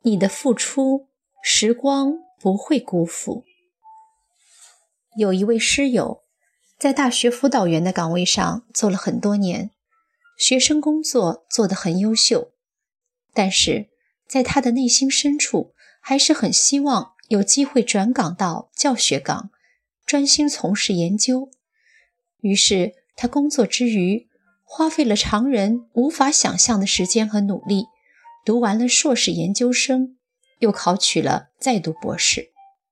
你的付出，时光不会辜负。有一位师友在大学辅导员的岗位上做了很多年，学生工作做得很优秀，但是在他的内心深处还是很希望有机会转岗到教学岗，专心从事研究。于是他工作之余花费了常人无法想象的时间和努力，读完了硕士研究生，又考取了再读博士。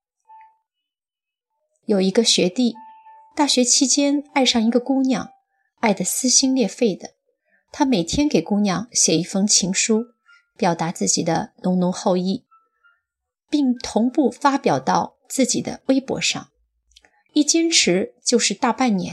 有一个学弟，大学期间爱上一个姑娘，爱得撕心裂肺的。他每天给姑娘写一封情书，表达自己的浓浓厚意，并同步发表到自己的微博上，一坚持就是大半年。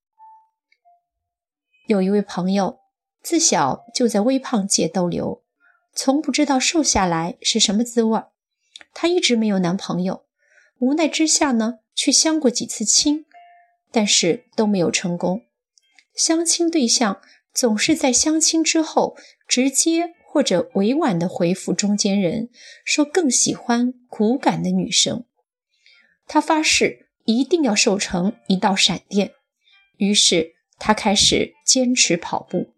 有一位朋友，自小就在微胖界逗留，从不知道瘦下来是什么滋味。她一直没有男朋友，无奈之下呢，去相过几次亲，但是都没有成功。相亲对象总是在相亲之后直接或者委婉地回复中间人，说更喜欢骨感的女生。她发誓一定要瘦成一道闪电，于是她开始坚持跑步。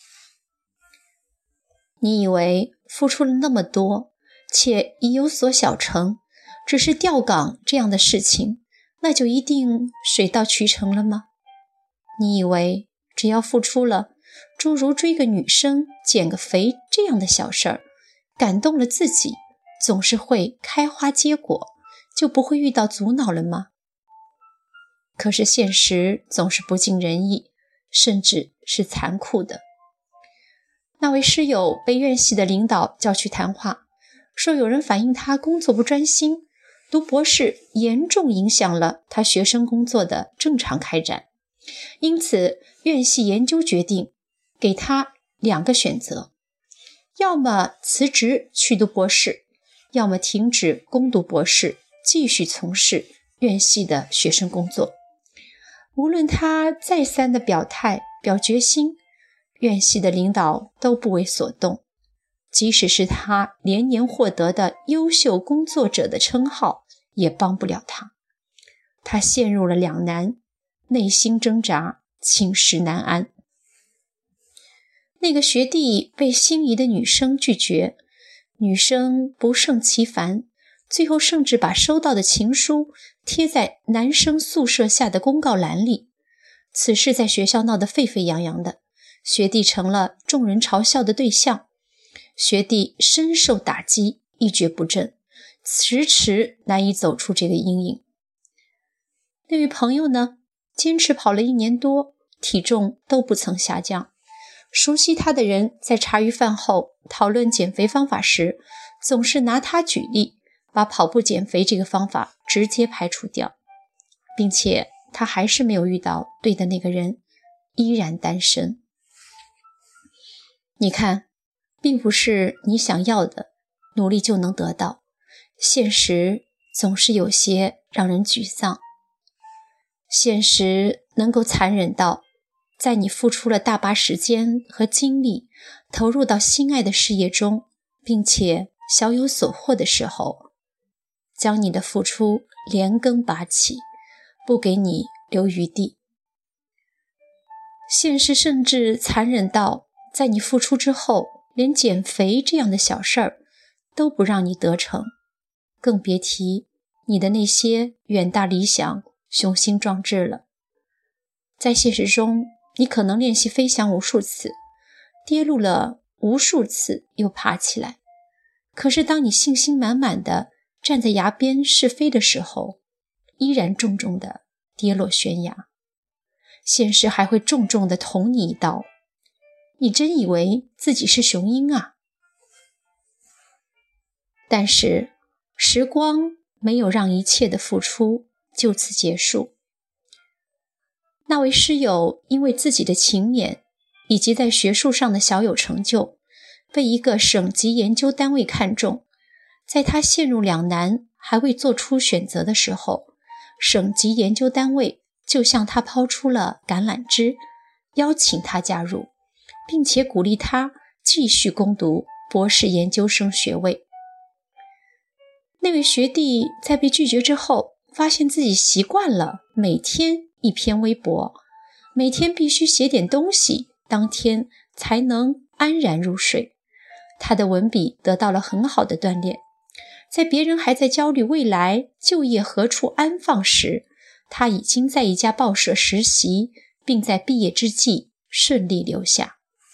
你以为付出了那么多，且已有所小成，只是调岗这样的事情，那就一定水到渠成了吗？你以为只要付出了，诸如追个女生、减个肥这样的小事儿，感动了自己，总是会开花结果，就不会遇到阻挠了吗？可是现实总是不尽人意，甚至是残酷的。那位师友被院系的领导叫去谈话，说有人反映他工作不专心，读博士严重影响了他学生工作的正常开展。因此院系研究决定给他2个选择，要么辞职去读博士，要么停止攻读博士，继续从事院系的学生工作。无论他再三的表态表决心，院系的领导都不为所动，即使是他连年获得的优秀工作者的称号也帮不了他。他陷入了两难，内心挣扎，寝食难安。那个学弟被心仪的女生拒绝，女生不胜其烦，最后甚至把收到的情书贴在男生宿舍下的公告栏里。此事在学校闹得沸沸扬扬的，学弟成了众人嘲笑的对象。学弟深受打击，一蹶不振，迟迟难以走出这个阴影。那位朋友呢，坚持跑了1年多，体重都不曾下降。熟悉他的人在茶余饭后讨论减肥方法时，总是拿他举例，把跑步减肥这个方法直接排除掉，并且他还是没有遇到对的那个人，依然单身。你看，并不是你想要的努力就能得到，现实总是有些让人沮丧。现实能够残忍到，在你付出了大把时间和精力投入到心爱的事业中，并且小有所获的时候，将你的付出连根拔起，不给你留余地。现实甚至残忍到，在你付出之后，连减肥这样的小事儿都不让你得逞，更别提你的那些远大理想、雄心壮志了。在现实中，你可能练习飞翔无数次，跌落了无数次又爬起来，可是当你信心满满的站在崖边试飞的时候，依然重重的跌落悬崖。现实还会重重的捅你一刀，你真以为自己是雄鹰啊？但是时光没有让一切的付出就此结束。那位师友因为自己的勤勉以及在学术上的小有成就，被一个省级研究单位看中。在他陷入两难还未做出选择的时候，省级研究单位就向他抛出了橄榄枝，邀请他加入，并且鼓励他继续攻读博士研究生学位。 那位学弟在被拒绝之后，发现自己习惯了每天一篇微博，每天必须写点东西，当天才能安然入睡。他的文笔得到了很好的锻炼，在别人还在焦虑未来就业何处安放时，他已经在一家报社实习，并在毕业之际顺利留下。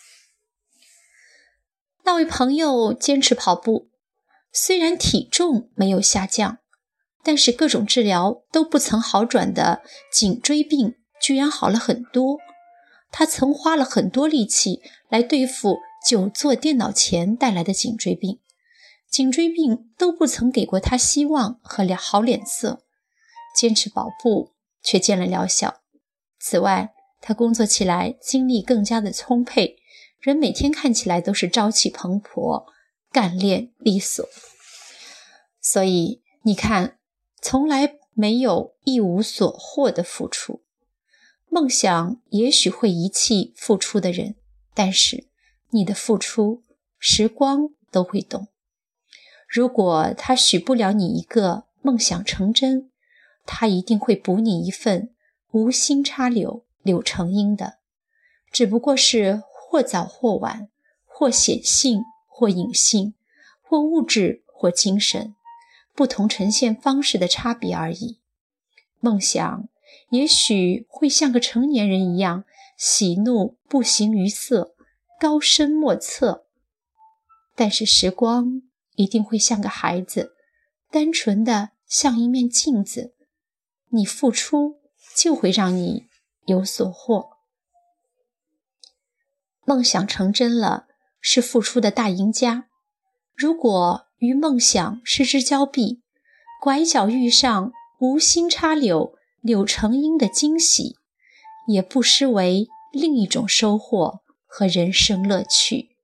那位朋友坚持跑步，虽然体重没有下降，但是各种治疗都不曾好转的颈椎病居然好了很多。他曾花了很多力气来对付久坐电脑前带来的颈椎病，颈椎病都不曾给过他希望和好脸色，坚持跑步却见了疗效。此外，他工作起来精力更加的充沛，人每天看起来都是朝气蓬勃，干练利索。所以你看，从来没有一无所获的付出。梦想也许会遗弃付出的人，但是你的付出，时光都会懂。如果他许不了你一个梦想成真，他一定会补你一份无心插柳柳成荫的，只不过是或早或晚，或显性或隐性，或物质或精神，不同呈现方式的差别而已。梦想也许会像个成年人一样，喜怒不形于色，高深莫测，但是时光一定会像个孩子，单纯的像一面镜子，你付出就会让你有所获。梦想成真了，是付出的大赢家。如果与梦想失之交臂，拐角遇上无心插柳柳成荫的惊喜，也不失为另一种收获和人生乐趣。